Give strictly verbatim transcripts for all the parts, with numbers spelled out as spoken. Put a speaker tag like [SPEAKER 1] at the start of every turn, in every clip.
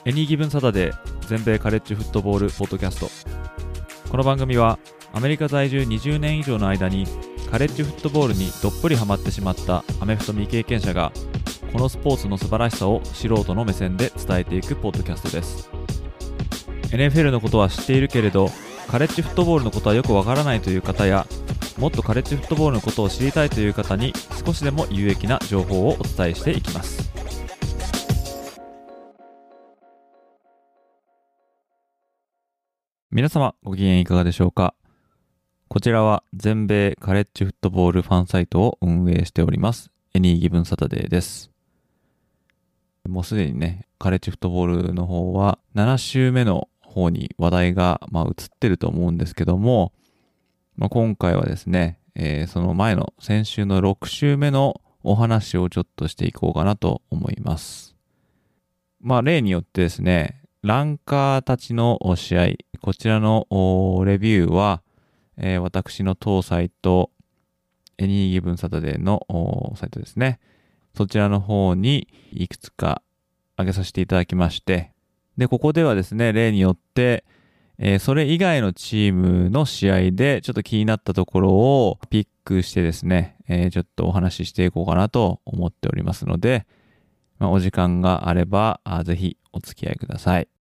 [SPEAKER 1] エニーギブンサタデー全米カレッジフットボールポッドキャスト。この番組はアメリカ在住にじゅうねん以上の間にカレッジフットボールにどっぷりハマってしまったアメフト未経験者がこのスポーツの素晴らしさを素人の目線で伝えていくポッドキャストです。 エヌエフエル のことは知っているけれどカレッジフットボールのことはよくわからないという方や、もっとカレッジフットボールのことを知りたいという方に少しでも有益な情報をお伝えしていきます。皆様ご機嫌いかがでしょうか。こちらは全米カレッジフットボールファンサイトを運営しておりますエニーギブンサタデーです。もうすでにね、カレッジフットボールの方はなな週目の方に話題がまあ移ってると思うんですけども、まあ、今回はですね、えー、その前の先週のろく週目のお話をちょっとしていこうかなと思います。まあ例によってですね、ランカーたちの試合、こちらのレビューは、えー、私の当サイト、エニーギブンサタデーのサイトですね。そちらの方にいくつか上げさせていただきまして、で、ここではですね、例によって、えー、それ以外のチームの試合でちょっと気になったところをピックしてですね、えー、ちょっとお話ししていこうかなと思っておりますので、まあ、お時間があればあぜひお付き合いください。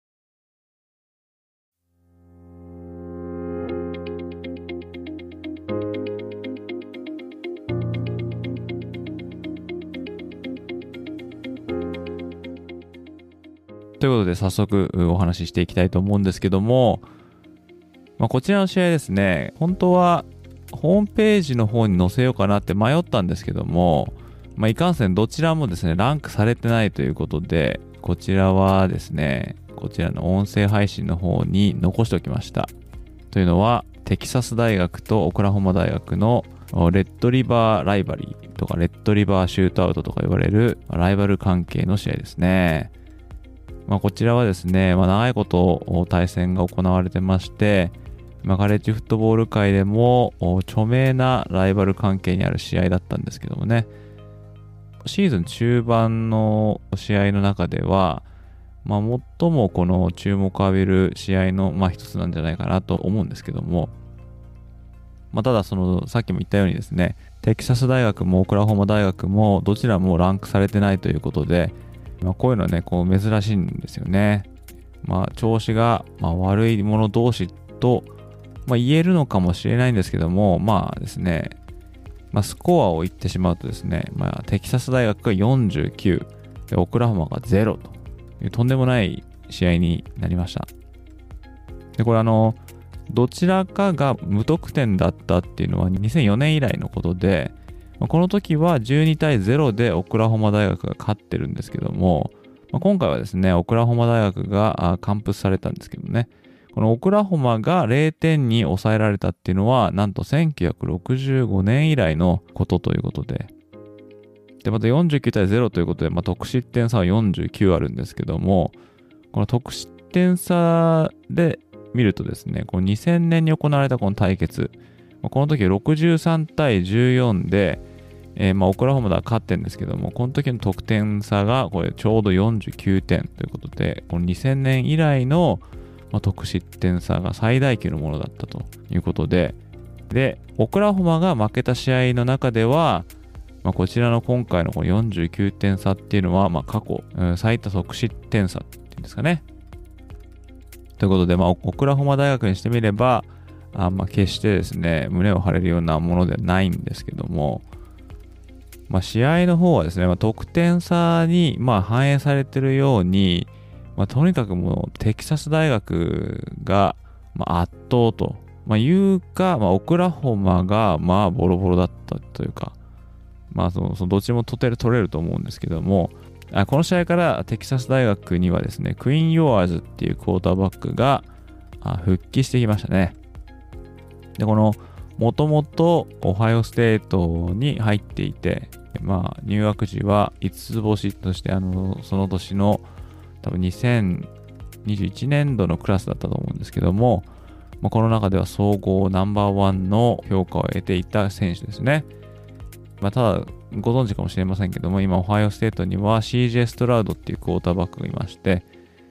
[SPEAKER 1] ということで早速お話ししていきたいと思うんですけども、まあ、こちらの試合ですね、本当はホームページの方に載せようかなって迷ったんですけども、まあ、いかんせんどちらもですねランクされてないということで、こちらはですねこちらの音声配信の方に残しておきました。というのはテキサス大学とオクラホマ大学のレッドリバーライバリーとかレッドリバーシュートアウトとか言われるライバル関係の試合ですね。まあ、こちらはですね、まあ、長いこと対戦が行われてまして、まあ、カレッジフットボール界でも著名なライバル関係にある試合だったんですけどもね、シーズン中盤の試合の中では、まあ、最もこの注目を浴びる試合の、まあ、一つなんじゃないかなと思うんですけども、まあ、ただそのさっきも言ったようにですね、テキサス大学もオクラホマ大学もどちらもランクされてないということで、まあ、こういうのはね、こう珍しいんですよね。まあ、調子が、まあ、悪い者同士と、まあ、言えるのかもしれないんですけども、まあですね、まあ、スコアを言ってしまうとですね、まあ、テキサス大学がよんじゅうきゅうで、オクラホマがゼロというとんでもない試合になりました。で、これあの、どちらかが無得点だったっていうのはにせんよねん以来のことで、この時はじゅうにたいゼロでオクラホマ大学が勝ってるんですけども、今回はですね、オクラホマ大学が完封されたんですけどね、このオクラホマがれいてんに抑えられたっていうのは、なんとせんきゅうひゃくろくじゅうごねん以来のことということで、で、またよんじゅうきゅうたいゼロということで、まあ、得失点差はよんじゅうきゅうあるんですけども、この得失点差で見るとですね、このにせんねんに行われたこの対決、この時ろくじゅうさんたいじゅうよんで、えー、まあオクラホマが勝ってるんですけども、この時の得点差がこれちょうどよんじゅうきゅうてんということで、このにせんねん以来の、まあ、得失点差が最大級のものだったということで、で、オクラホマが負けた試合の中では、まあ、こちらの今回のこのよんじゅうきゅうてん差っていうのは、まあ、過去、うん、最多得失点差っていうんですかね。ということで、まあ、オクラホマ大学にしてみれば、あまあ、決してですね、胸を張れるようなものではないんですけども、まあ、試合の方はですね、まあ、得点差にまあ反映されているように、まあ、とにかくもうテキサス大学がまあ圧倒と、まあ、いうか、まあ、オクラホマがまあボロボロだったというか、まあその、そのどっちも取れる取れると思うんですけども、あこの試合からテキサス大学にはですね、クイーン・ヨアーズっていうクォーターバックが復帰してきましたね。で、このもともとオハイオステートに入っていて、まあ入学時は五つ星として、あのその年の多分にせんにじゅういちねんどのクラスだったと思うんですけども、まあ、この中では総合ナンバーワンの評価を得ていた選手ですね。まあ、ただご存知かもしれませんけども、今オハイオステートには シージェー ストラウドっていうクォーターバックがいまして、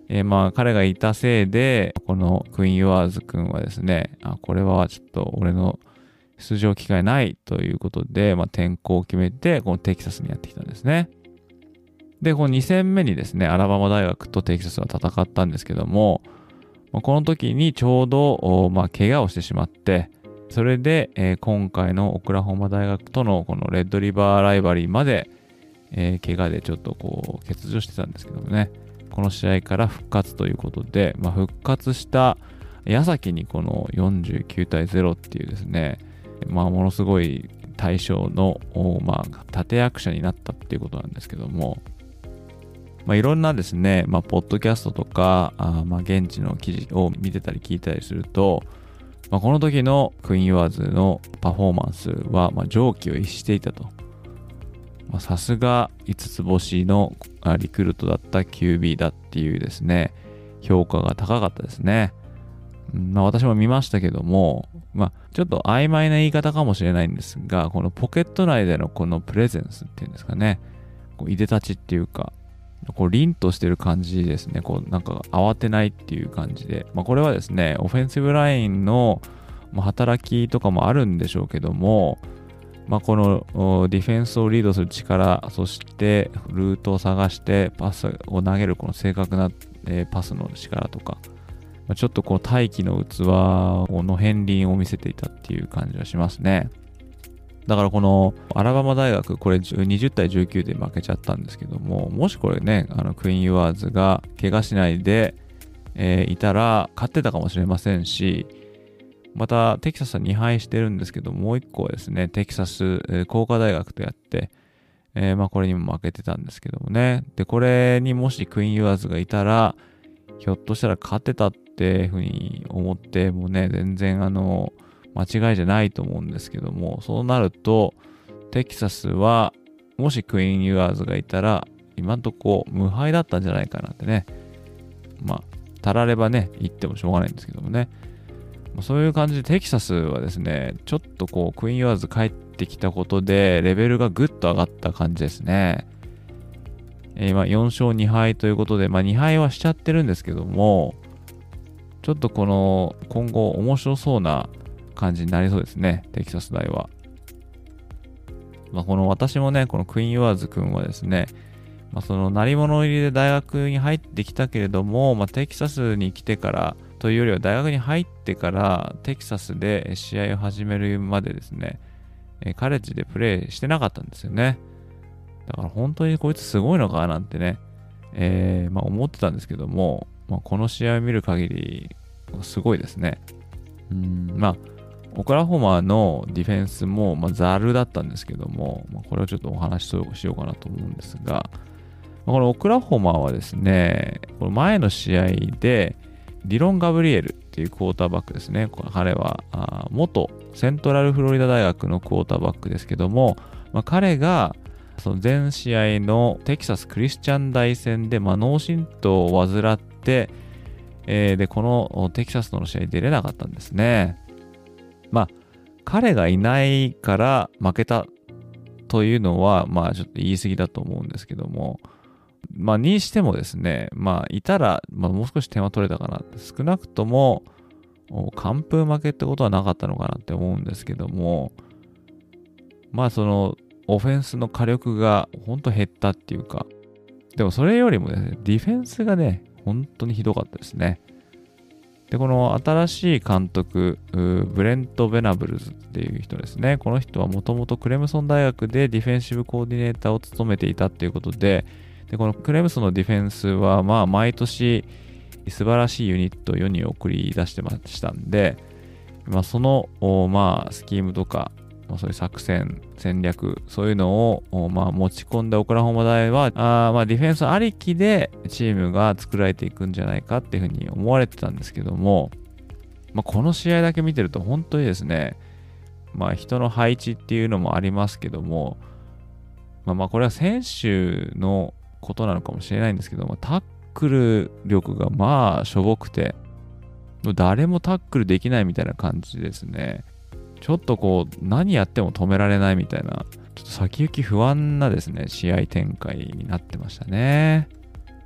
[SPEAKER 1] えー、まあ彼がいたせいで、このクイーン・ユアーズ君はですね、あ、これはちょっと俺の出場機会ないということで、まあ、転校を決めて、このテキサスにやってきたんですね。で、このに戦目にですね、アラバマ大学とテキサスは戦ったんですけども、この時にちょうど、まあ、怪我をしてしまって、それで、えー、今回のオクラホマ大学とのこのレッドリバーライバリーまで、えー、怪我でちょっとこう欠場してたんですけどもね、この試合から復活ということで、まあ、復活した矢先にこのよんじゅうきゅうたいゼロっていうですね、まあ、ものすごい大賞の、まあ、立役者になったっていうことなんですけども、まあ、いろんなですね、まあ、ポッドキャストとか、あまあ、現地の記事を見てたり聞いたりすると、まあ、この時のクイーン・ユアーズのパフォーマンスは、まあ、上気を逸していたと。さすがいつつ星のリクルートだった キュービー だっていうですね、評価が高かったですね。まあ、私も見ましたけども、まあ、ちょっと曖昧な言い方かもしれないんですが、このポケット内でのこのプレゼンスっていうんですかね、こういでたちっていうか、こう凛としてる感じですね。こうなんか慌てないっていう感じで、まあ、これはですね、オフェンシブラインの働きとかもあるんでしょうけども、まあ、このディフェンスをリードする力、そしてルートを探してパスを投げるこの正確な、えー、パスの力とか、まあ、ちょっとこう大気の器の片鱗を見せていたっていう感じがしますね。だからこのアラバマ大学、これにじゅうたいじゅうきゅうで負けちゃったんですけども、もしこれね、あのクイーン・ユアーズが怪我しないで、えー、いたら勝ってたかもしれませんし、またテキサスはにはいしてるんですけど、もういっこはですね、テキサス、えー、工科大学とやって、えー、まあこれにも負けてたんですけどもね。で、これにもしクイーン・ユアーズがいたら、ひょっとしたら勝ってたっていうふうに思って、もうね、全然あの、間違いじゃないと思うんですけども、そうなると、テキサスは、もしクイーン・ユアーズがいたら、今んとこ無敗だったんじゃないかなってね。まあ、たらればね、言ってもしょうがないんですけどもね。そういう感じでテキサスはですね、ちょっとこう、クイーン・ユアーズ帰ってきたことで、レベルがぐっと上がった感じですね。えー、まあよんしょうにはいということで、まあにはいはしちゃってるんですけども、ちょっとこの、今後面白そうな感じになりそうですね、テキサス大は。まあ、この私もね、このクイーン・ユアーズ君はですね、まあ、その鳴り物入りで大学に入ってきたけれども、まあ、テキサスに来てからというよりは大学に入ってからテキサスで試合を始めるまでですね、カレッジでプレーしてなかったんですよね。だから本当にこいつすごいのかなんてね、えー、まあ思ってたんですけども、まあ、この試合を見る限りすごいですね。うん、まあオクラホマのディフェンスも、まあ、ザルだったんですけども、まあ、これをちょっとお話ししようかなと思うんですが、まあ、このオクラホマはですね、この前の試合でディロン・ガブリエルっていうクォーターバックですね。彼はあ元セントラルフロリダ大学のクォーターバックですけども、まあ、彼がその前試合のテキサスクリスチャン大戦で、まあ、脳震盪を患って、えー、でこのテキサスとの試合に出れなかったんですね。まあ彼がいないから負けたというのはまあちょっと言い過ぎだと思うんですけども、まあにしてもですね、まあいたら、まあ、もう少し点は取れたかなって、少なくとも完封負けってことはなかったのかなって思うんですけども、まあそのオフェンスの火力が本当減ったっていうか、でもそれよりもですね、ディフェンスがね、本当にひどかったですね。で、この新しい監督、ブレント・ベナブルズっていう人ですね。この人はもともとクレムソン大学でディフェンシブコーディネーターを務めていたっていうことで、でこのクレムソンのディフェンスは、まあ、毎年素晴らしいユニットを世に送り出してましたんで、まあ、その、まあ、スキームとか、まあ、そういう作戦、戦略、そういうのを、まあ、持ち込んだオクラホマ大は、あまあ、ディフェンスありきでチームが作られていくんじゃないかっていうふうに思われてたんですけども、まあ、この試合だけ見てると本当にですね、まあ、人の配置っていうのもありますけども、まあ、まあこれは選手のことなのかもしれないんですけども、タックル力がまあしょぼくて、誰もタックルできないみたいな感じですね。ちょっとこう何やっても止められないみたいな、ちょっと先行き不安なですね、試合展開になってましたね。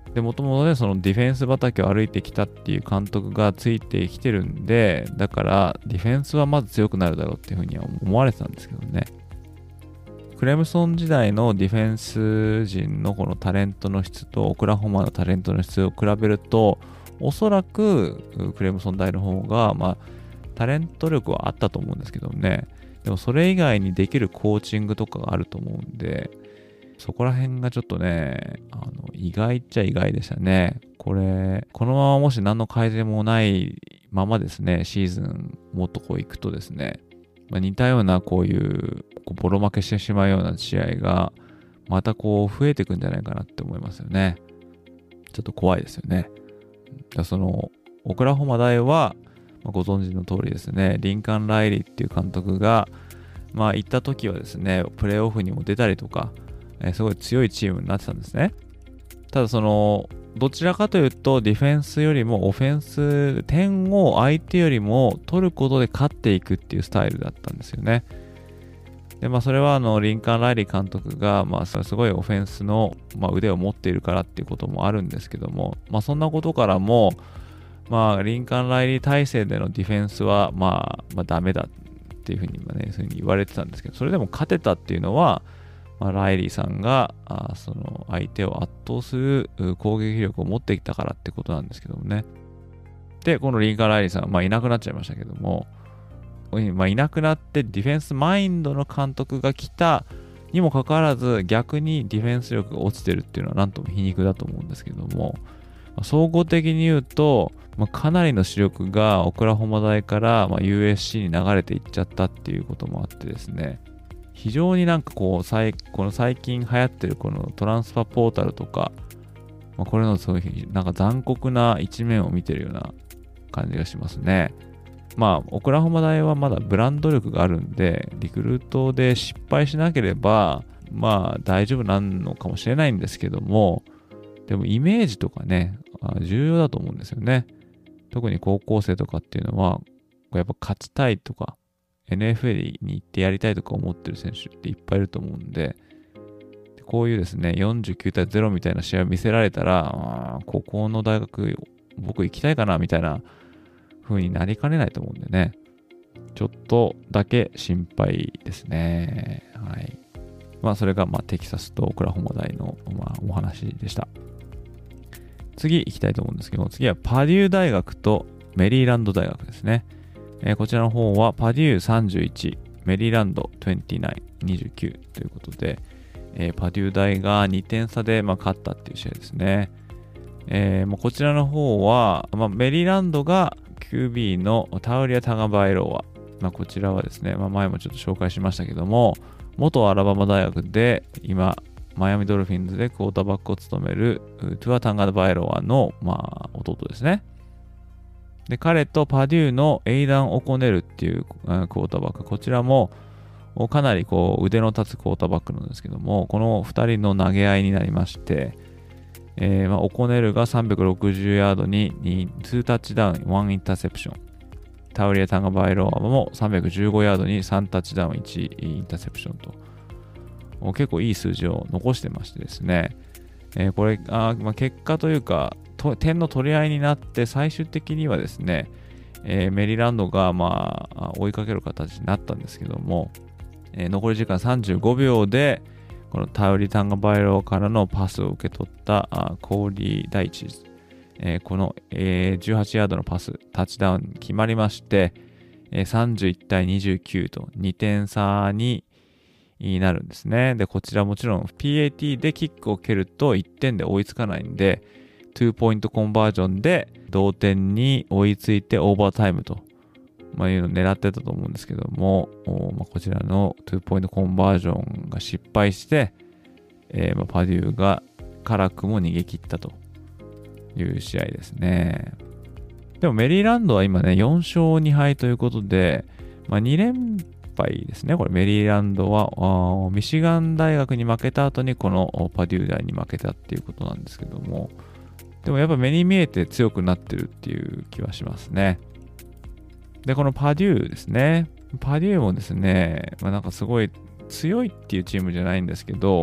[SPEAKER 1] で、もともとね、そのディフェンス畑を歩いてきたっていう監督がついてきてるんで、だからディフェンスはまず強くなるだろうっていうふうには思われてたんですけどね。クレムソン時代のディフェンス陣のこのタレントの質とオクラホマのタレントの質を比べると、おそらくクレムソン大の方が、まあ、タレント力はあったと思うんですけどね。でもそれ以外にできるコーチングとかがあると思うんで、そこら辺がちょっとね、あの意外っちゃ意外でしたね。これ、このままもし何の改善もないままですね、シーズンもっとこう行くとですね、まあ、似たようなこういうこうボロ負けしてしまうような試合がまたこう増えていくんじゃないかなって思いますよね。ちょっと怖いですよね。だそのオクラホマ大は、まあ、ご存知の通りですね、リンカン・ライリーっていう監督がまあ行った時はですね、プレーオフにも出たりとか、えー、すごい強いチームになってたんですね。ただそのどちらかというとディフェンスよりもオフェンス、点を相手よりも取ることで勝っていくっていうスタイルだったんですよね。でまあそれはあのリンカン・ライリー監督がまあすごいオフェンスの、まあ、腕を持っているからっていうこともあるんですけども、まあそんなことからもまあリンカン・ライリー体制でのディフェンスはまあまあダメだっていうふうに、まあね、そういうふうに言われてたんですけど、それでも勝てたっていうのはまあ、ライリーさんがあその相手を圧倒する攻撃力を持ってきたからってことなんですけどもね。で、このリンカン・ライリーさんは、まあ、いなくなっちゃいましたけども、まあ、いなくなってディフェンスマインドの監督が来たにもかかわらず逆にディフェンス力が落ちてるっていうのはなんとも皮肉だと思うんですけども、まあ、総合的に言うと、まあ、かなりの主力がオクラホマ大から、まあ、ユーエスシー に流れていっちゃったっていうこともあってですね、非常になんかこう、最この最近流行ってるこのトランスファポータルとか、まあ、これのそういうなんか残酷な一面を見てるような感じがしますね。まあ、オクラホマ大はまだブランド力があるんで、リクルートで失敗しなければ、まあ大丈夫なのかもしれないんですけども、でもイメージとかね、重要だと思うんですよね。特に高校生とかっていうのは、やっぱ勝ちたいとか、エヌエフエル に行ってやりたいとか思ってる選手っていっぱいいると思うんで、こういうですね、よんじゅうきゅうたいゼロみたいな試合を見せられたら、ここの大学僕行きたいかなみたいな風になりかねないと思うんでね、ちょっとだけ心配ですね。はい。まあそれがまあテキサスとオクラホマ大のまあお話でした。次行きたいと思うんですけど、次はパデュー大学とメリーランド大学ですね。えー、こちらの方はパデューさんじゅういち、メリーランドにじゅうきゅう、にじゅうきゅうということで、えー、パデュー大がにてん差で、まあ、勝ったっていう試合ですね。えーまあ、こちらの方は、まあ、メリーランドが キュービー のタウリア・タガバエロワ、まあ、こちらはですね、まあ、前もちょっと紹介しましたけども、元アラバマ大学で今マイアミドルフィンズでクォーターバックを務めるトゥア・タガバエロワの、まあ、弟ですね。で、彼とパデューのエイダン・オコネルっていうクォーターバック、こちらもかなりこう腕の立つクォーターバックなんですけども、このふたりの投げ合いになりまして、えーまあ、オコネルがさんびゃくろくじゅうヤードににタッチダウン、いちインターセプション。タウリア・タガバエロアもさんびゃくじゅうごヤードにさんタッチダウン、いちインターセプションと、結構いい数字を残してましてですね、えー、これ、あまあ、結果というか、点の取り合いになって最終的にはですね、えー、メリーランドがまあ追いかける形になったんですけども、えー、残り時間さんじゅうごびょうでこのタウリタンガバエロからのパスを受け取ったあコーリー・ダイチーズ、えー、この、えー、じゅうはちヤードのパスタッチダウン決まりまして、えー、さんじゅういちたいにじゅうきゅうとにてん差になるんですね。でこちらもちろん ピーエーティー でキックを蹴るといってんで追いつかないんで、にポイントコンバージョンで同点に追いついてオーバータイムと、まあ、いうのを狙ってたと思うんですけども、まあ、こちらのにポイントコンバージョンが失敗して、えー、まあパデューが辛くも逃げ切ったという試合ですね。でもメリーランドは今ねよんしょうにはいということで、まあ、に連敗ですね。これメリーランドはミシガン大学に負けた後にこのパデュー大に負けたっていうことなんですけども、でもやっぱ目に見えて強くなってるっていう気はしますね。で、このパデューですね。パデューもですね、まあなんかすごい強いっていうチームじゃないんですけど、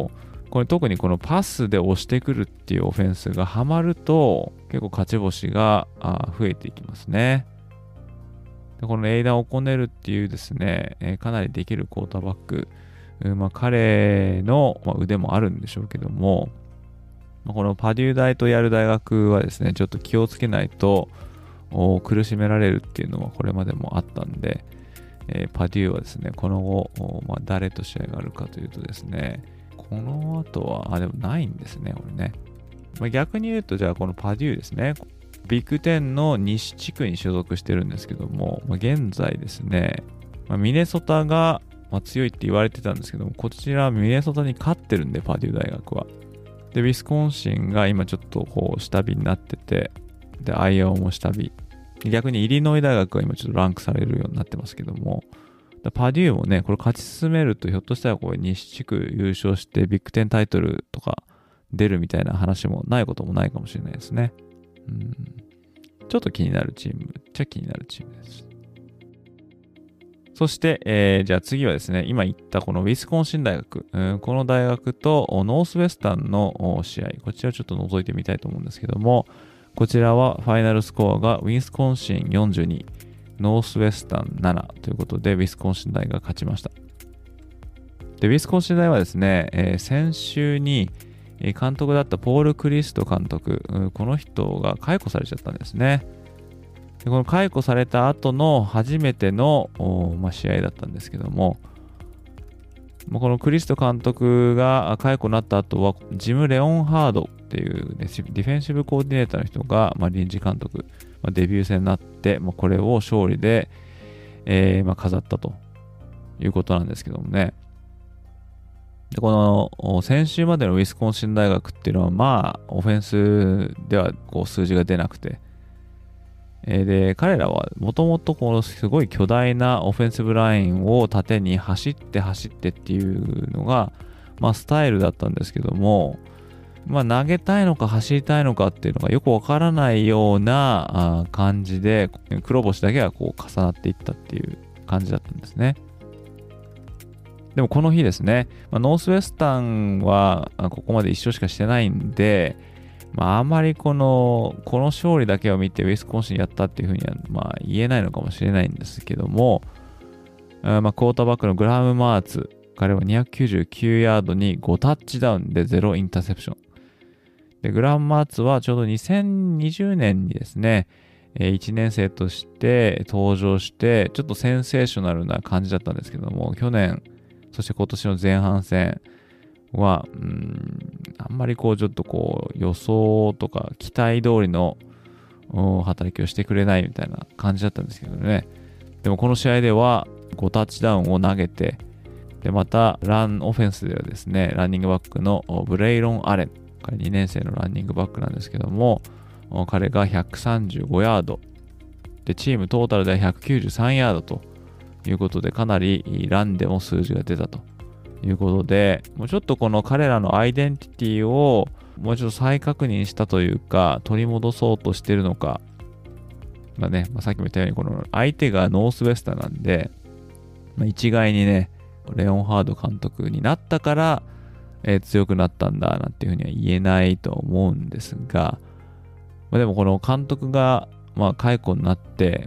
[SPEAKER 1] これ特にこのパスで押してくるっていうオフェンスがハマると結構勝ち星が増えていきますね。でこのエイダン・オコネルっていうですね、えー、かなりできるクォーターバック、まあ、彼の腕もあるんでしょうけども、このパデュー大とやる大学はですね、ちょっと気をつけないと苦しめられるっていうのはこれまでもあったんで、えー、パデューはですね、この後、まあ、誰と試合があるかというとですね、この後は、あ、でもないんですね、これね。まあ、逆に言うと、じゃあこのパデューですね、ビッグテンの西地区に所属してるんですけども、まあ、現在ですね、まあ、ミネソタが、まあ、強いって言われてたんですけども、こちらミネソタに勝ってるんで、パデュー大学は。で、ウィスコンシンが今ちょっとこう下火になってて、で、アイオワも下火。逆にイリノイ大学は今ちょっとランクされるようになってますけども、パデューもね、これ勝ち進めると、ひょっとしたらこれ西地区優勝してビッグテンタイトルとか出るみたいな話もないこともないかもしれないですね。うん、ちょっと気になるチームっちゃ気になるチームです。そして、えー、じゃあ次はですね、今言ったこのウィスコンシン大学、うん、この大学とノースウェスタンの試合、こちらちょっと覗いてみたいと思うんですけども、こちらはファイナルスコアがウィスコンシンよんじゅうに、ノースウェスタンななということで、ウィスコンシン大が勝ちました。で、ウィスコンシン大はですね、えー、先週に監督だったポール・クリスト監督、この人が解雇されちゃったんですね。でこの解雇された後の初めての、まあ、試合だったんですけども、このクリスト監督が解雇になった後は、ジム・レオンハードっていう、ね、ディフェンシブコーディネーターの人が、まあ、臨時監督、まあ、デビュー戦になって、まあ、これを勝利で、えーまあ、飾ったということなんですけどもね。でこの先週までのウィスコンシン大学っていうのは、まあ、オフェンスではこう数字が出なくて、えー、で、彼らはもともとこのすごい巨大なオフェンシブラインを縦に走って走ってっていうのが、まあ、スタイルだったんですけども、まあ、投げたいのか走りたいのかっていうのがよくわからないような感じで、黒星だけがこう重なっていったっていう感じだったんですね。でもこの日ですね、まあ、ノースウェスタンはここまでいっ勝しかしてないんで、まあ、あまりこの、この勝利だけを見てウィスコンシンやったっていうふうには、まあ、言えないのかもしれないんですけども、あまあ、クォーターバックのグラハム・マーツ、彼はにひゃくきゅうじゅうきゅうヤードにごタッチダウンでゼロインターセプション。で、グラハム・マーツはちょうどにせんにじゅうねんにですね、いちねん生として登場して、ちょっとセンセーショナルな感じだったんですけども、去年、そして今年の前半戦は、うーん、あんまりこうちょっとこう予想とか期待通りの働きをしてくれないみたいな感じだったんですけどね。でもこの試合ではごタッチダウンを投げて、でまたランオフェンスではですね、ランニングバックのブレイロン・アレン、彼にねん生のランニングバックなんですけども、彼がひゃくさんじゅうごヤードで、チームトータルでひゃくきゅうじゅうさんヤードということで、かなりランでも数字が出たということで、もうちょっとこの彼らのアイデンティティをもうちょっと再確認したというか、取り戻そうとしてるのか、まあね、まあ、さっきも言ったように、この相手がノースウェスターなんで、まあ、一概にね、レオンハード監督になったから、えー、強くなったんだなんていうふうには言えないと思うんですが、まあ、でもこの監督が、まあ、解雇になって、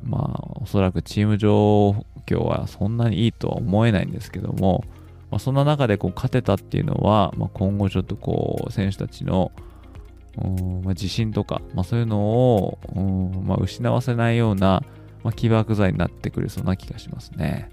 [SPEAKER 1] まあ、おそらくチーム状況はそんなにいいとは思えないんですけども、まあ、そんな中でこう勝てたっていうのは、まあ、今後ちょっとこう選手たちの、まあ、自信とか、まあ、そういうのを、まあ、失わせないような、まあ、起爆剤になってくるそんな気がしますね。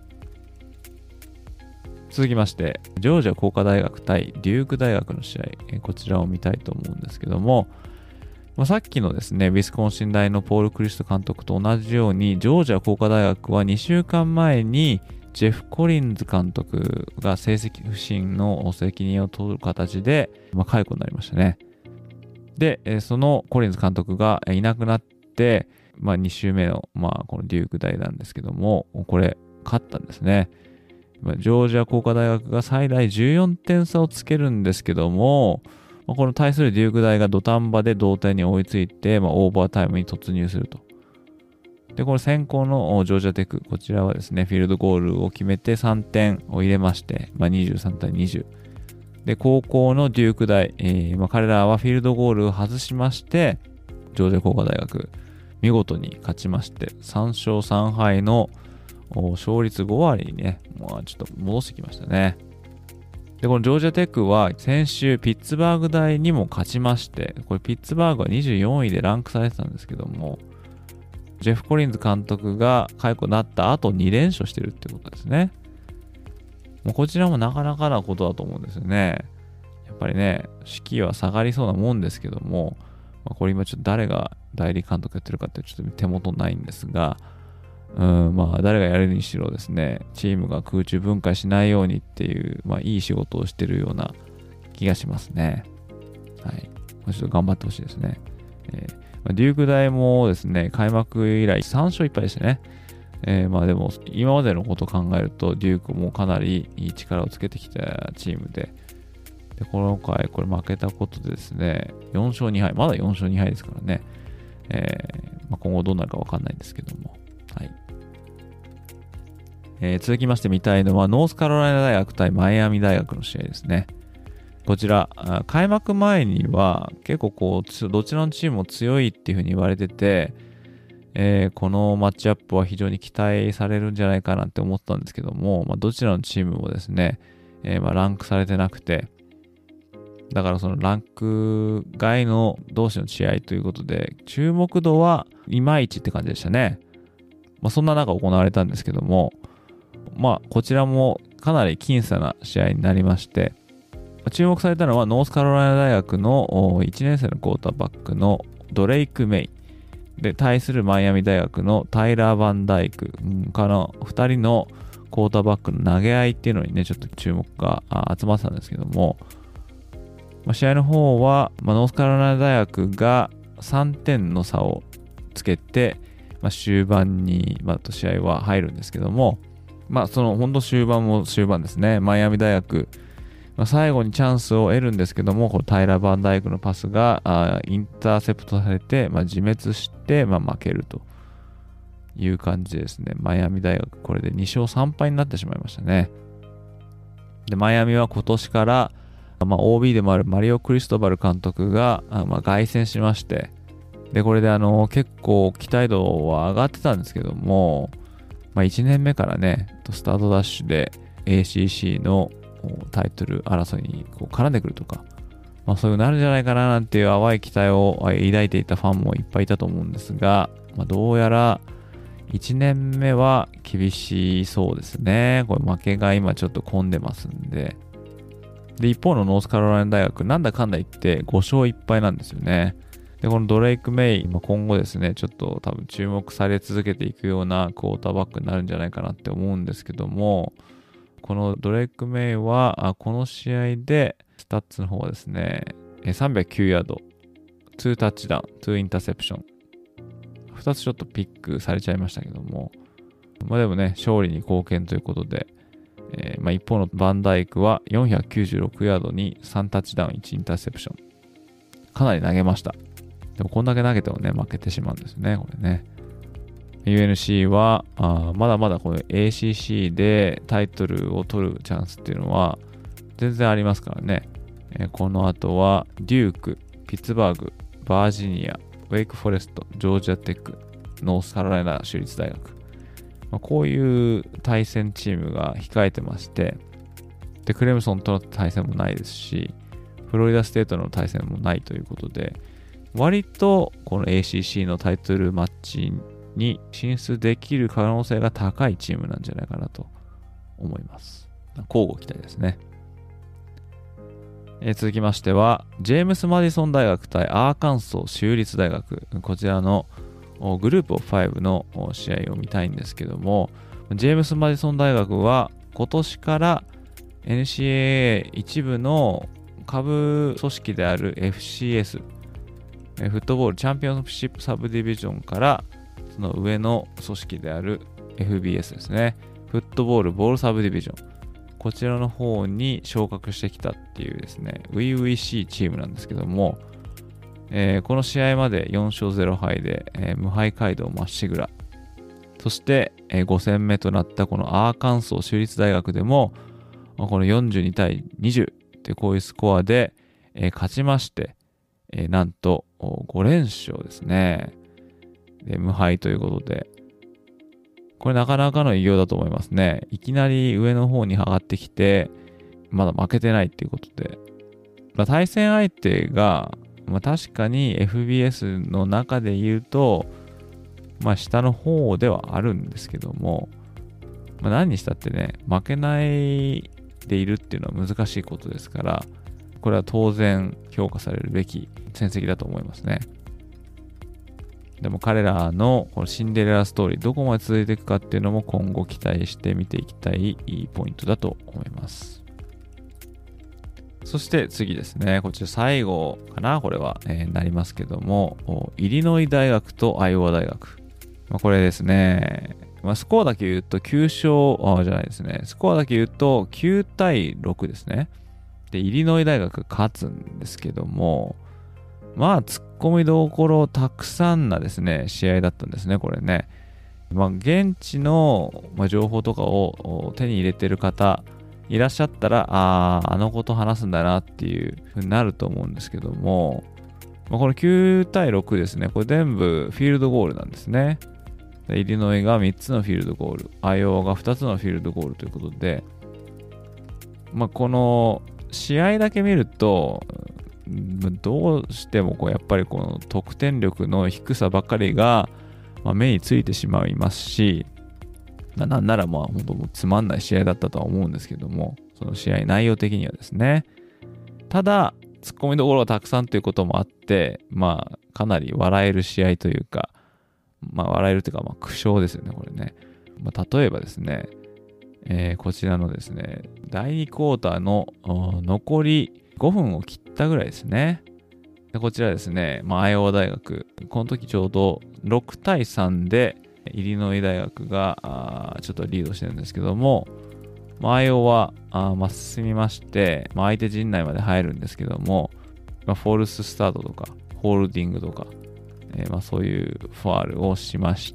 [SPEAKER 1] 続きまして、ジョージア工科大学対デューク大学の試合、こちらを見たいと思うんですけども、まあ、さっきのですね、ウィスコンシン大のポール・クリスト監督と同じように、ジョージア工科大学はにしゅうかんまえにジェフ・コリンズ監督が成績不振の責任を取る形で、まあ、解雇になりましたね。で、そのコリンズ監督がいなくなって、まあ、に週目の、まあ、このデューク大なんですけども、これ、勝ったんですね。ジョージア工科大学が最大じゅうよんてん差をつけるんですけども、この対するデューク大が土壇場で同点に追いついて、まあ、オーバータイムに突入すると。で、この先行のジョージアテック、こちらはですね、フィールドゴールを決めてさんてんを入れまして、まあ、にじゅうさんたいにじゅう。 で、後攻のデューク大、えーまあ、彼らはフィールドゴールを外しまして、ジョージア工科大学、見事に勝ちまして、さん勝さん敗の勝率ご割にね、まあ、ちょっと戻してきましたね。で、このジョージアテックは先週ピッツバーグ大にも勝ちまして、これピッツバーグはにじゅうよんいでランクされてたんですけども、ジェフ・コリンズ監督が解雇になった後に連勝してるってことですね。もうこちらもなかなかなことだと思うんですよね。やっぱりね、士気は下がりそうなもんですけども、まあ、これ今ちょっと誰が代理監督やってるかってちょっと手元ないんですが、うん、まあ誰がやるにしろですね、チームが空中分解しないようにっていう、まあいい仕事をしてるような気がしますね。はい。ちょっと頑張ってほしいですね。えーまあ、デューク大もですね、開幕以来さん勝いっ敗でしたね。えー、まあでも今までのことを考えるとデュークもかなりいい力をつけてきたチームで、でこの回これ負けたことでですね、よん勝に敗、まだよん勝に敗ですからね、えーまあ、今後どうなるかわかんないんですけども、はい。えー、続きまして見たいのはノースカロライナ大学対マイアミ大学の試合ですね。こちら開幕前には結構こうどちらのチームも強いっていう風に言われてて、えー、このマッチアップは非常に期待されるんじゃないかなって思ったんですけども、まあ、どちらのチームもですね、えー、まあランクされてなくて、だからそのランク外の同士の試合ということで注目度はいまいちって感じでしたね。まあ、そんな中行われたんですけども、まあこちらもかなり僅差な試合になりまして、注目されたのはノースカロライナ大学のいちねん生のクォーターバックのドレイク・メイで対するマイアミ大学のタイラー・バンダイクからのふたりのクォーターバックの投げ合いっていうのにねちょっと注目が集まってたんですけども、まあ、試合の方は、まあ、ノースカロライナ大学がさんてんの差をつけて、まあ、終盤にまた試合は入るんですけども、まあその本当終盤も終盤ですね。マイアミ大学まあ、最後にチャンスを得るんですけども、このタイラー・バンダイクのパスがあインターセプトされて、まあ、自滅して、まあ、負けるという感じですね。マイアミ大学、これでに勝さん敗になってしまいましたね。で、マイアミは今年から、まあ、オービー でもあるマリオ・クリストバル監督があ、まあ、凱旋しまして、で、これであの結構期待度は上がってたんですけども、まあ、いちねんめからね、スタートダッシュで エーシーシー のタイトル争いにこう絡んでくるとか、まあそういうなるんじゃないかななんていう淡い期待を抱いていたファンもいっぱいいたと思うんですが、まあ、どうやらいちねんめは厳しそうですね。これ負けが今ちょっと混んでますんで。で、一方のノースカロライナ大学、なんだかんだ言ってご勝いっ敗なんですよね。で、このドレイク・メイ、まあ、今後ですね、ちょっと多分注目され続けていくようなクォーターバックになるんじゃないかなって思うんですけども、このドレイク・メイは、この試合で、スタッツの方はですね、さんびゃくきゅうヤード、にタッチダウン、にインターセプション。ふたつちょっとピックされちゃいましたけども、まあでもね、勝利に貢献ということで、えー、まあ一方のバンダイクはよんひゃくきゅうじゅうろくヤードにさんタッチダウン、いちインターセプション。かなり投げました。でもこんだけ投げてもね、負けてしまうんですね、これね。ユーエヌシー はあまだまだこの エーシーシー でタイトルを取るチャンスっていうのは全然ありますからね。えー、この後はデューク、ピッツバーグ、バージニア、ウェイクフォレスト、ジョージアテック、ノースカロライナ州立大学。まあ、こういう対戦チームが控えてまして、で、クレムソンとの対戦もないですし、フロリダステートの対戦もないということで、割とこの エーシーシー のタイトルマッチに進出できる可能性が高いチームなんじゃないかなと思います。交互期待ですね。えー、続きましては、ジェームス・マディソン大学対アーカンソー州立大学。こちらのグループオブごの試合を見たいんですけども、ジェームス・マディソン大学は今年から エヌシーエーエー 一部の下部組織である エフシーエス、フットボールチャンピオンシップサブディビジョンからその上の組織である エフビーエス ですね。フットボールボールサブディビジョン。こちらの方に昇格してきたっていうですね、初々しいチームなんですけども、えー、この試合までよん勝ゼロ敗で、えー、無敗街道まっしぐら。そして、えー、ご戦目となったこのアーカンソー州立大学でも、このよんじゅうに対にじゅうっでこういうスコアで、えー、勝ちまして、えー、なんとご連勝ですね。で、無敗ということで、これなかなかの偉業だと思いますね。いきなり上の方に上がってきて、まだ負けてないっていうことで、まあ、対戦相手が、まあ、確かに エフビーエス の中で言うと、まあ下の方ではあるんですけども、まあ、何にしたってね、負けないでいるっていうのは難しいことですから、これは当然評価されるべき戦績だと思いますね。でも彼らのこのシンデレラストーリー、どこまで続いていくかっていうのも今後期待して見ていきたいポイントだと思います。そして次ですね、こちら最後かな、これは、えー、なりますけども、イリノイ大学とアイオワ大学。まあ、これですね、まあ、スコアだけ言うときゅう勝、あ、じゃないですね、スコアだけ言うときゅうたいろくですね。で、イリノイ大学勝つんですけども、まあ、突っ込みどころたくさんなですね、試合だったんですね、これね。まあ、現地の、まあ、情報とかを手に入れてる方、いらっしゃったら、ああ、あのこと話すんだなっていう風になると思うんですけども、まあ、このきゅうたいろくですね、これ全部フィールドゴールなんですね。イリノイがみっつのフィールドゴール、アイオワがふたつのフィールドゴールということで、まあ、この試合だけ見ると、どうしてもこうやっぱりこの得点力の低さばっかりが、まあ、目についてしまいますし、なんならまあ本当もうつまんない試合だったとは思うんですけども、その試合内容的にはですね。ただ、突っ込みどころがたくさんということもあって、まあかなり笑える試合というか、まあ笑えるというか、まあ苦笑ですよね、これね。まあ、例えばですね、えー、こちらのですね、だいにクォーターの残りごふんを切ったぐらいですね。でこちらですね、まあ、アイオワ大学、この時ちょうどろくたいさんで、イリノイ大学がちょっとリードしてるんですけども、まあ、アイオワあ、まあ、進みまして、まあ、相手陣内まで入るんですけども、まあ、フォールススタートとか、ホールディングとか、えー、まあそういうファールをしまして、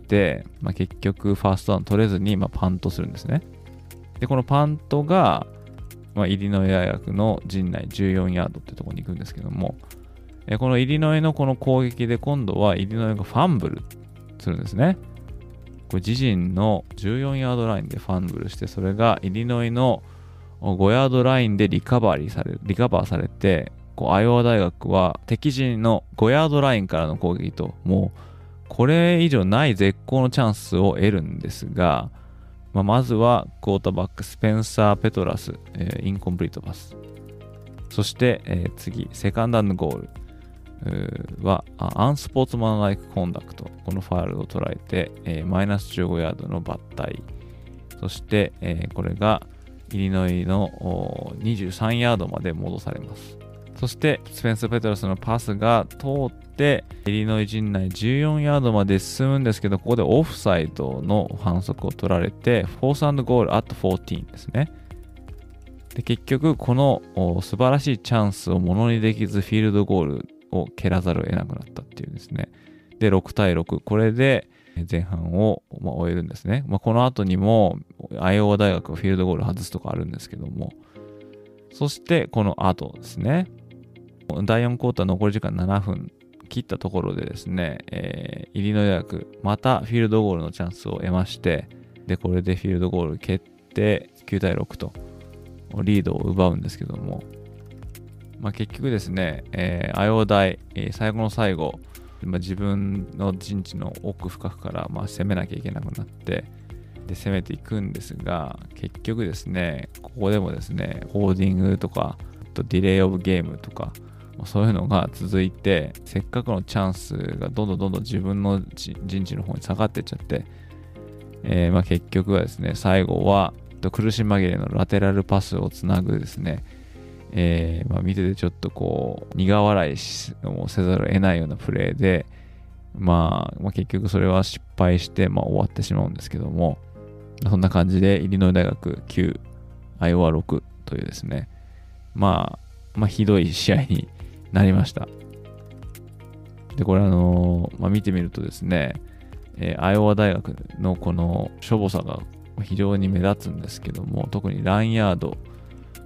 [SPEAKER 1] まあ、結局ファーストダウン取れずに、まあ、パントするんですね。で、このパントが、まあ、イリノイ大学の陣内じゅうよんヤードってところに行くんですけども、えー、このイリノイのこの攻撃で今度はイリノイがファンブルするんですね。これ自陣のじゅうよんヤードラインでファンブルして、それがイリノイのごヤードラインでリカバリーされる、リカバーされて、こうアイオワ大学は敵陣のごヤードラインからの攻撃と、もうこれ以上ない絶好のチャンスを得るんですが、まあ、まずはクォーターバックスペンサー・ペトラス、えー、インコンプリートパス。そして、えー、次、セカンドアンドゴール。はアンスポーツマンライクコンダクト、このファウルを捉えて、えー、マイナスじゅうごヤードの抜体、そして、えー、これがイリノイのにじゅうさんヤードまで戻されます。そしてスペンス・ペトラスのパスが通ってイリノイ陣内じゅうよんヤードまで進むんですけど、ここでオフサイドの反則を取られてフォースアンドゴールアットじゅうよんですね。で結局この素晴らしいチャンスをものにできずフィールドゴールを蹴らざるを得なくなったっていうですね。で、ろくたいろく。これで前半を、まあ、終えるんですね。まあ、この後にも、アイオワ大学がフィールドゴール外すとかあるんですけども。そして、この後ですね。だいよんクォーター残り時間ななふん切ったところでですね、えー、イリノイ大学、またフィールドゴールのチャンスを得まして、で、これでフィールドゴール蹴って、きゅうたいろくとリードを奪うんですけども、まあ、結局ですね、えー、アイオワ大、えー、最後の最後、まあ、自分の陣地の奥深くから、まあ、攻めなきゃいけなくなって、で攻めていくんですが、結局ですね、ここでもですね、ホールディングとか、とディレイオブゲームとか、そういうのが続いて、せっかくのチャンスがどんどんどんどん自分の陣地の方に下がっていっちゃって、えーまあ、結局はですね、最後は苦し紛れのラテラルパスをつなぐですね、えーまあ、見ててちょっとこう苦笑いをせざるを得ないようなプレーで、まあ、まあ結局それは失敗して、まあ、終わってしまうんですけども、そんな感じでイリノイ大学きゅう、アイオワろくというですね、まあ、まあひどい試合になりました。でこれあのーまあ、見てみるとですね、えー、アイオワ大学のこのしょぼさが非常に目立つんですけども、特にランヤード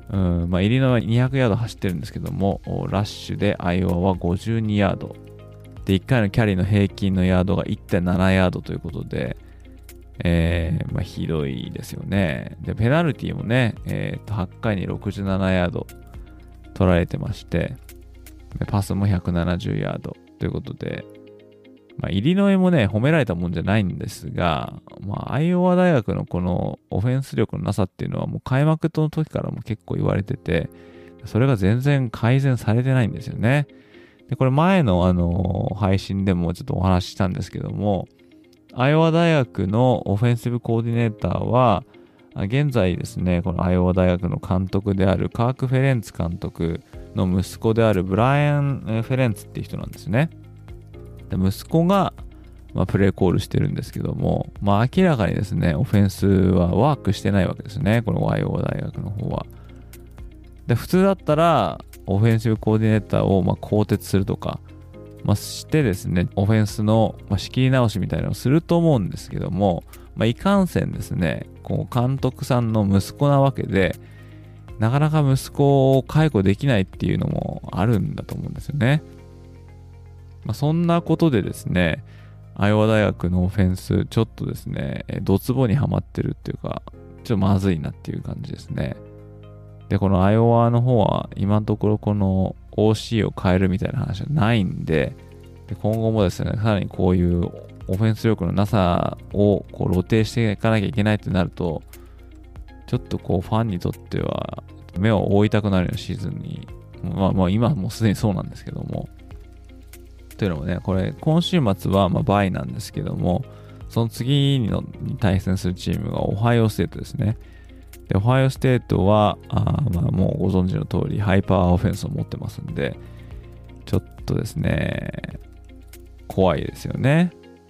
[SPEAKER 1] うんまあ、イリノイはにひゃくヤード走ってるんですけども、ラッシュでアイオワはごじゅうにヤード。で、いっかいのキャリーの平均のヤードが いってんなな ヤードということで、えー、まあ、ひどいですよね。で、ペナルティもね、えー、とはっかいにろくじゅうななヤード取られてまして、でパスもひゃくななじゅうヤードということで、まあ、イリノイもね、褒められたもんじゃないんですが、まあ、アイオワ大学のこのオフェンス力のなさっていうのはもう開幕の時からも結構言われてて、それが全然改善されてないんですよね。で、これ前のあの、配信でもちょっとお話ししたんですけども、アイオワ大学のオフェンシブコーディネーターは、現在ですね、このアイオワ大学の監督であるカーク・フェレンツ監督の息子であるブライアン・フェレンツっていう人なんですね。で息子が、まあ、プレーコールしてるんですけども、まあ、明らかにですね、オフェンスはワークしてないわけですね、このアイオワ大学の方は。で、普通だったら、オフェンシブコーディネーターをまあ更迭するとか、まあ、してですね、オフェンスのまあ仕切り直しみたいなのをすると思うんですけども、まあ、いかんせんですね、こう監督さんの息子なわけで、なかなか息子を解雇できないっていうのもあるんだと思うんですよね。まあ、そんなことでですね、アイオワ大学のオフェンス、ちょっとですね、ドツボにはまってるっていうか、ちょっとまずいなっていう感じですね。で、このアイオワの方は、今のところこの オーシー を変えるみたいな話はないんで、で今後もですね、さらにこういうオフェンス力のなさをこう露呈していかなきゃいけないってなると、ちょっとこうファンにとっては目を覆いたくなるようなシーズンに、まあまあ今もうすでにそうなんですけども、というのもね、これ今週末はまあバイなんですけども、その次のに対戦するチームがオハイオステートですね。で、オハイオステートは、あまあもうご存知の通りハイパーオフェンスを持ってますんで、ちょっとですね、怖いですよね。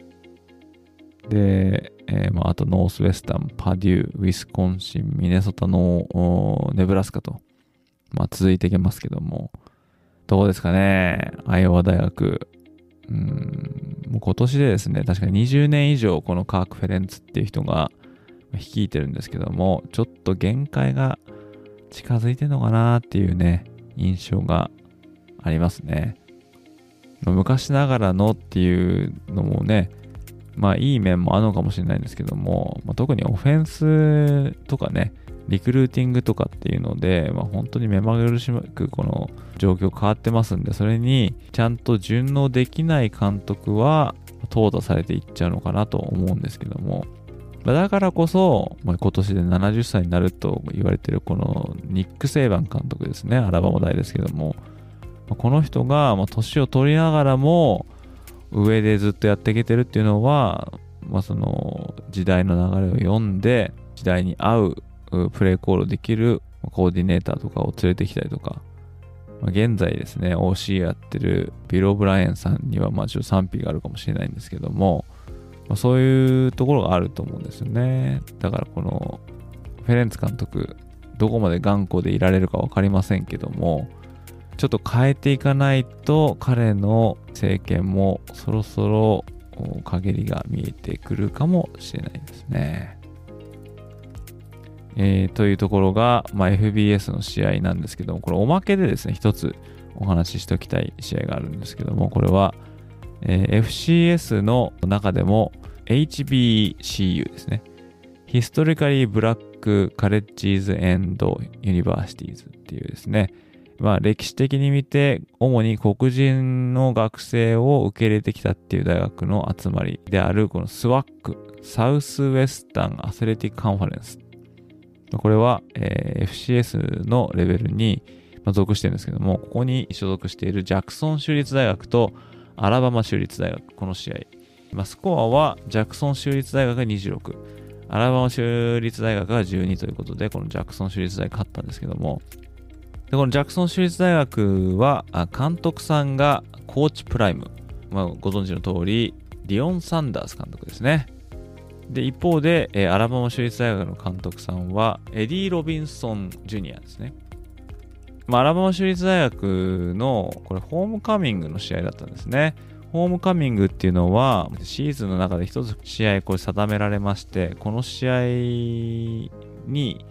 [SPEAKER 1] で、えー、まあ、あとノースウェスタン、パデュー、ウィスコンシン、ミネソタのネブラスカと、まあ、続いていきますけども、どうですかね、アイオワ大学。うーん、もう今年でですね、確かににじゅうねん以上このカーク・フェレンツっていう人が率いてるんですけども、ちょっと限界が近づいてるのかなっていうね、印象がありますね。昔ながらのっていうのもね、まあいい面もあるのかもしれないんですけども、まあ、特にオフェンスとかね、リクルーティングとかっていうので、まあ、本当に目まぐるしくこの状況変わってますんで、それにちゃんと順応できない監督は淘汰されていっちゃうのかなと思うんですけども、だからこそ、まあ、今年でななじゅっさいになると言われているこのニック・セイバン監督ですね、アラバマ大ですけども、この人が年を取りながらも上でずっとやっていけてるっていうのは、まあ、その時代の流れを読んで時代に合うプレーコールできるコーディネーターとかを連れてきたりとか、まあ、現在ですね オーシー やってるビル・オブライエンさんにはまあちょっと賛否があるかもしれないんですけども、まあ、そういうところがあると思うんですよね。だからこのフェレンツ監督どこまで頑固でいられるか分かりませんけども、ちょっと変えていかないと彼の政権もそろそろ陰りが見えてくるかもしれないですね。えー、というところが、まあ、エフビーエス の試合なんですけども、これおまけでですね、一つお話ししておきたい試合があるんですけども、これは、えー、エフシーエス の中でも エイチビーシーユー ですね。Historically Black Colleges and Universities っていうですね、まあ歴史的に見て主に黒人の学生を受け入れてきたっていう大学の集まりであるこの スワック サウスウェスタンアスレティックカンファレンス、これは、えー、エフシーエス のレベルに属してるんですけども、ここに所属しているジャクソン州立大学とアラバマ州立大学、この試合、まあ、スコアはジャクソン州立大学がにじゅうろく、アラバマ州立大学がじゅうにということで、このジャクソン州立大学勝ったんですけども、でこのジャクソン州立大学は監督さんがコーチプライム、まあ、ご存知の通りディオン・サンダース監督ですね。で一方で、えー、アラバマ州立大学の監督さんはエディ・ロビンソン・ジュニアですね。まあ、アラバマ州立大学のこれホームカミングの試合だったんですね。ホームカミングっていうのはシーズンの中で一つ試合これ定められまして、この試合に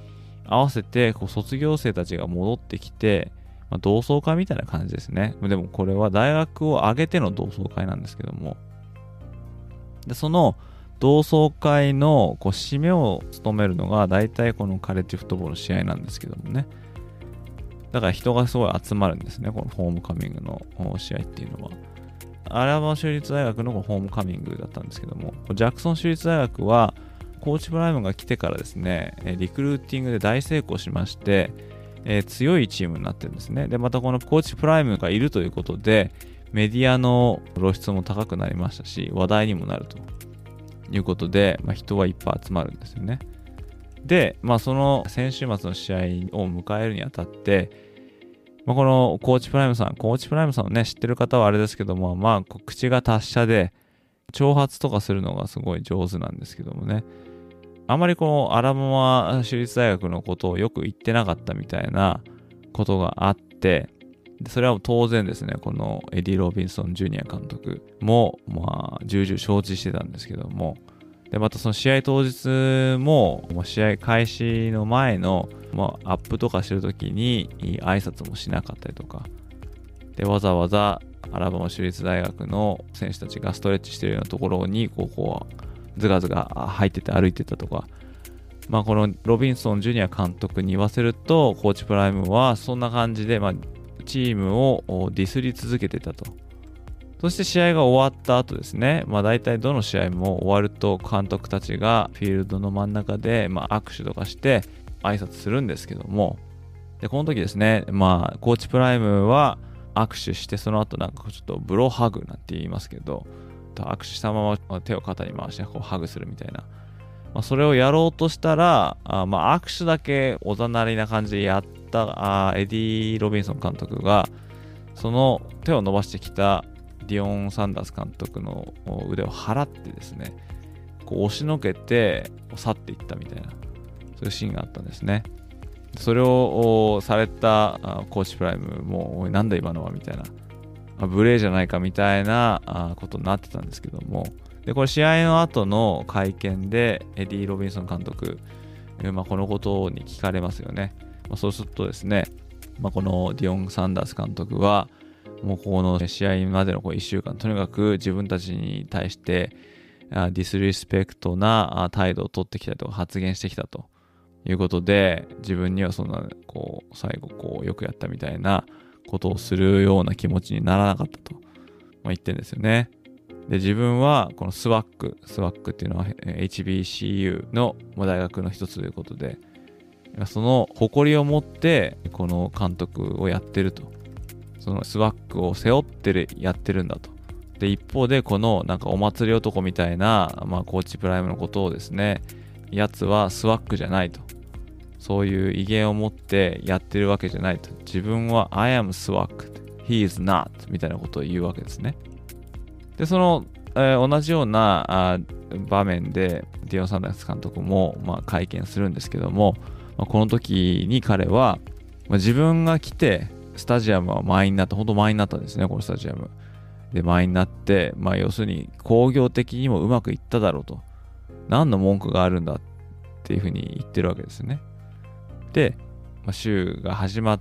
[SPEAKER 1] 合わせてこう卒業生たちが戻ってきて、まあ、同窓会みたいな感じですね。でもこれは大学を挙げての同窓会なんですけども、でその同窓会のこう締めを務めるのが大体このカレッジフットボールの試合なんですけどもね。だから人がすごい集まるんですね、このホームカミングの試合っていうのは。アラバマ州立大学のホームカミングだったんですけども、ジャクソン州立大学はコーチプライムが来てからですね、リクルーティングで大成功しまして、えー、強いチームになってるんですね。で、またこのコーチプライムがいるということで、メディアの露出も高くなりましたし、話題にもなるということで、まあ、人はいっぱい集まるんですよね。で、まあ、その先週末の試合を迎えるにあたって、まあ、このコーチプライムさん、コーチプライムさんをね、知ってる方はあれですけども、まあ、口が達者で、挑発とかするのがすごい上手なんですけどもね。あまりこのアラバマ州立大学のことをよく言ってなかったみたいなことがあって、でそれは当然ですね、このエディ・ロビンソン・ジュニア監督も、まあ、重々承知してたんですけども、で、またその試合当日も、試合開始の前の、まあ、アップとかしてるときに挨拶もしなかったりとか、で、わざわざアラバマ州立大学の選手たちがストレッチしてるようなところに、こう、こう、ズガズガ入ってて歩いてたとか、まあ、このロビンソン・ジュニア監督に言わせると、コーチプライムはそんな感じで、まあ、チームをディスり続けてたと。そして試合が終わった後ですね、まあ大体どの試合も終わると監督たちがフィールドの真ん中で、まあ、握手とかして挨拶するんですけども、で、この時ですね、まあコーチプライムは握手して、その後なんかちょっとブローハグなんて言いますけど、握手したまま手を肩に回してこうハグするみたいな。まあ、それをやろうとしたら、あまあ握手だけおざなりな感じでやったあエディ・ロビンソン監督が、その手を伸ばしてきたディオン・サンダース監督の腕を払ってですね、こう押しのけて去っていったみたいな、そういうシーンがあったんですね。それをされたコーチプライムも、おいなんだ今のはみたいな、無礼じゃないかみたいなことになってたんですけども、で、これ試合の後の会見でエディ・ロビンソン監督、まあ、このことに聞かれますよね。まあ、そうするとですね、まあ、このディオン・サンダース監督は、もうこの試合までのこういっしゅうかん、とにかく自分たちに対してディスリスペクトな態度を取ってきたとか発言してきたということで、自分にはそんなこう最後こうよくやったみたいなことをするような気持ちにならなかったと、まあ、言ってるんですよね。で、自分はこのスワック、スワックっていうのは エイチビーシーユー の大学の一つということで、その誇りを持ってこの監督をやってると。そのスワックを背負ってるやってるんだと。で、一方でこのなんかお祭り男みたいな、まあ、コーチプライムのことをですね、やつはスワックじゃないと。そういう威厳を持ってやってるわけじゃないと。自分は I am swag, he is not みたいなことを言うわけですね。で、その、えー、同じようなあ場面でディオン・サンダース監督も、まあ、会見するんですけども、まあ、この時に彼は、まあ、自分が来てスタジアムは満員になった、本当満員になったんですね、このスタジアム。で、満員になって、まあ要するに工業的にもうまくいっただろうと。何の文句があるんだっていうふうに言ってるわけですね。で、まあ、週が始まった、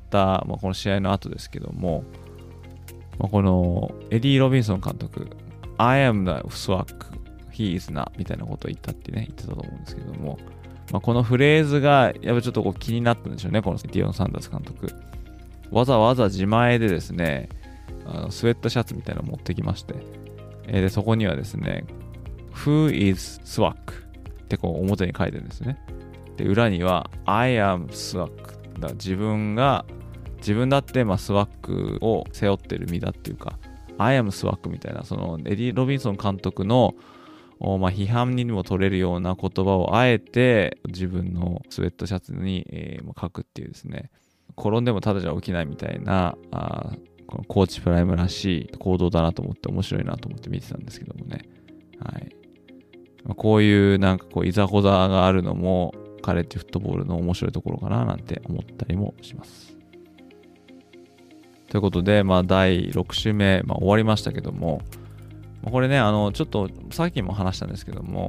[SPEAKER 1] まあ、この試合の後ですけども、まあ、このエディ・ロビンソン監督、I am the swag, he is not みたいなことを言ったってね、言ってたと思うんですけども、まあ、このフレーズがやっぱちょっとこう気になったんでしょうね、このディオン・サンダース監督。わざわざ自前でですね、あのスウェットシャツみたいなのを持ってきまして、えー、でそこにはですね、Who is swag? ってこう表に書いてるんですね。で、裏には I am swag だ、自分が自分だってまあスワックを背負ってる身だっていうか、I am swag みたいな、そのエディ・ロビンソン監督のまあ批判にも取れるような言葉をあえて自分のスウェットシャツに、えー、書くっていうですね、転んでもただじゃ起きないみたいなあこのコーチプライムらしい行動だなと思って面白いなと思って見てたんですけどもね。はい。まあ、こういうなんかこういざこざがあるのもカレッジフットボールの面白いところかななんて思ったりもします。ということで、まあだいろく週目、まあ、終わりましたけども、これね、あの、ちょっとさっきも話したんですけども、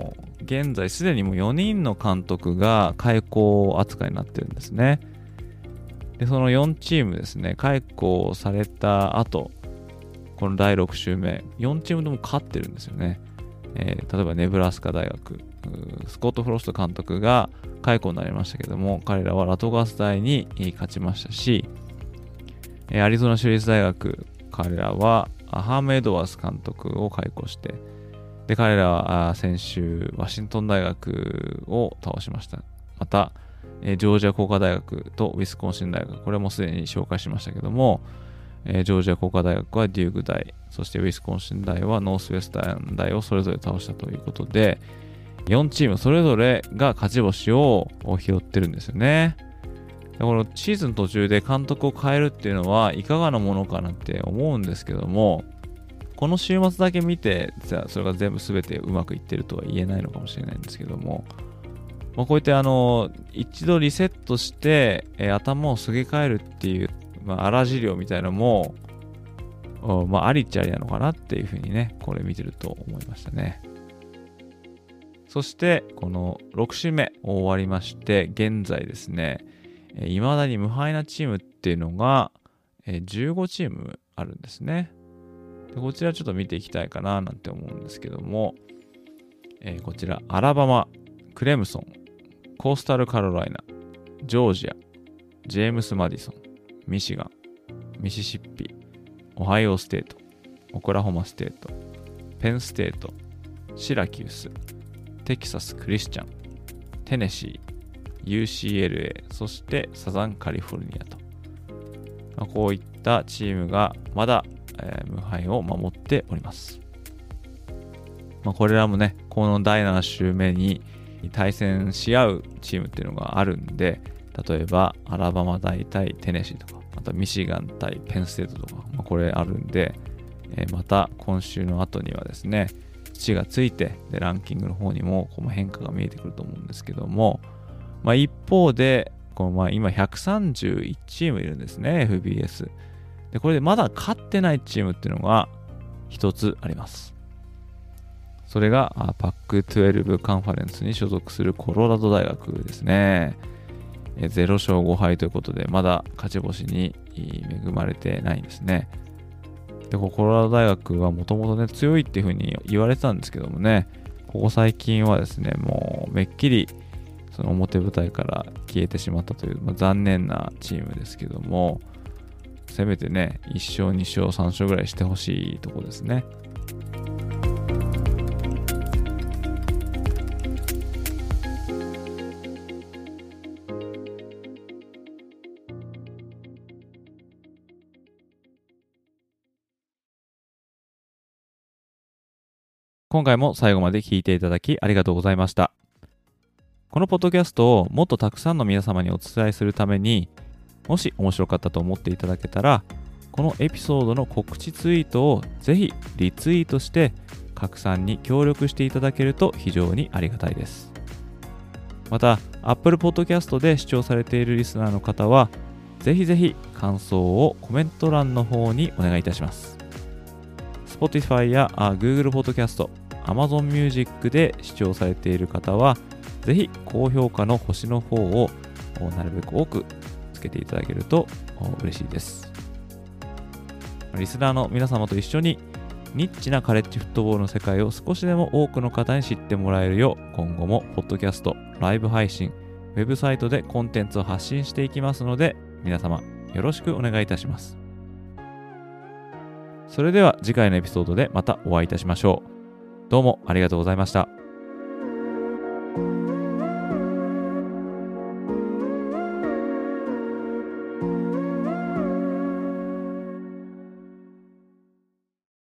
[SPEAKER 1] 現在すでにもうよにんの監督が解雇扱いになってるんですね。で、そのよんチームですね、解雇された後、このだいろく週目、よんチームとも勝ってるんですよね。えー、例えばネブラスカ大学、スコット・フロスト監督が解雇になりましたけども、彼らはラトガス大に勝ちましたし、アリゾナ州立大学、彼らはハーム・エドワース監督を解雇して、で、彼らは先週ワシントン大学を倒しました。また、ジョージア工科大学とウィスコンシン大学、これもすでに紹介しましたけども、ジョージア工科大学はデューク大、そしてウィスコンシン大はノースウェスタン大をそれぞれ倒したということで、よんチームそれぞれが勝ち星を拾ってるんですよね。このシーズン途中で監督を変えるっていうのはいかがなものかなって思うんですけども、この週末だけ見て、それが全部全てうまくいってるとは言えないのかもしれないんですけども、まあ、こうやってあの一度リセットして、えー、頭をすげ替えるっていう、まあ、荒治療みたいなのも、まあ、ありっちゃありなのかなっていうふうにね、これ見てると思いましたね。そしてこのろく週目終わりまして、現在ですね、いまだに無敗なチームっていうのがじゅうごチームあるんですね。でこちらちょっと見ていきたいかななんて思うんですけども、えー、こちらアラバマ、クレムソン、コースタルカロライナ、ジョージア、ジェームス・マディソン、ミシガン、ミシシッピ、オハイオステート、オクラホマステート、ペンステート、シラキュース、テキサス・クリスチャン、テネシー、ユーシーエルエー、そしてサザンカリフォルニアと、まあ、こういったチームがまだ、えー、無敗を守っております。まあ、これらもね、このだいなな週目に対戦し合うチームっていうのがあるんで、例えばアラバマ大対テネシーとか、またミシガン対ペンステートとか、まあ、これあるんで、えー、また今週の後にはですね、土がついて、でランキングの方にもこの変化が見えてくると思うんですけども、まあ、一方で、このまあ今ひゃくさんじゅういちチームいるんですね、エフビーエス。で、これでまだ勝ってないチームっていうのが一つあります。それがパックじゅうにカンファレンスに所属するコロラド大学ですね。ゼロ勝ご敗ということで、まだ勝ち星に恵まれてないんですね。で、コロラド大学はもともとね、強いっていうふうに言われてたんですけどもね、ここ最近はですね、もうめっきりその表舞台から消えてしまったという、まあ、残念なチームですけども、せめてね、いっ勝に勝さん勝ぐらいしてほしいとこですね。今回も最後まで聞いていただきありがとうございました。このポッドキャストをもっとたくさんの皆様にお伝えするために、もし面白かったと思っていただけたら、このエピソードの告知ツイートをぜひリツイートして拡散に協力していただけると非常にありがたいです。また、Apple Podcast で視聴されているリスナーの方は、ぜひぜひ感想をコメント欄の方にお願いいたします。Spotify や Google Podcast、Amazon Music で視聴されている方は、ぜひ高評価の星の方をなるべく多くつけていただけると嬉しいです。リスナーの皆様と一緒にニッチなカレッジフットボールの世界を少しでも多くの方に知ってもらえるよう、今後もポッドキャスト、ライブ配信、ウェブサイトでコンテンツを発信していきますので、皆様よろしくお願いいたします。それでは次回のエピソードでまたお会いいたしましょう。どうもありがとうございました。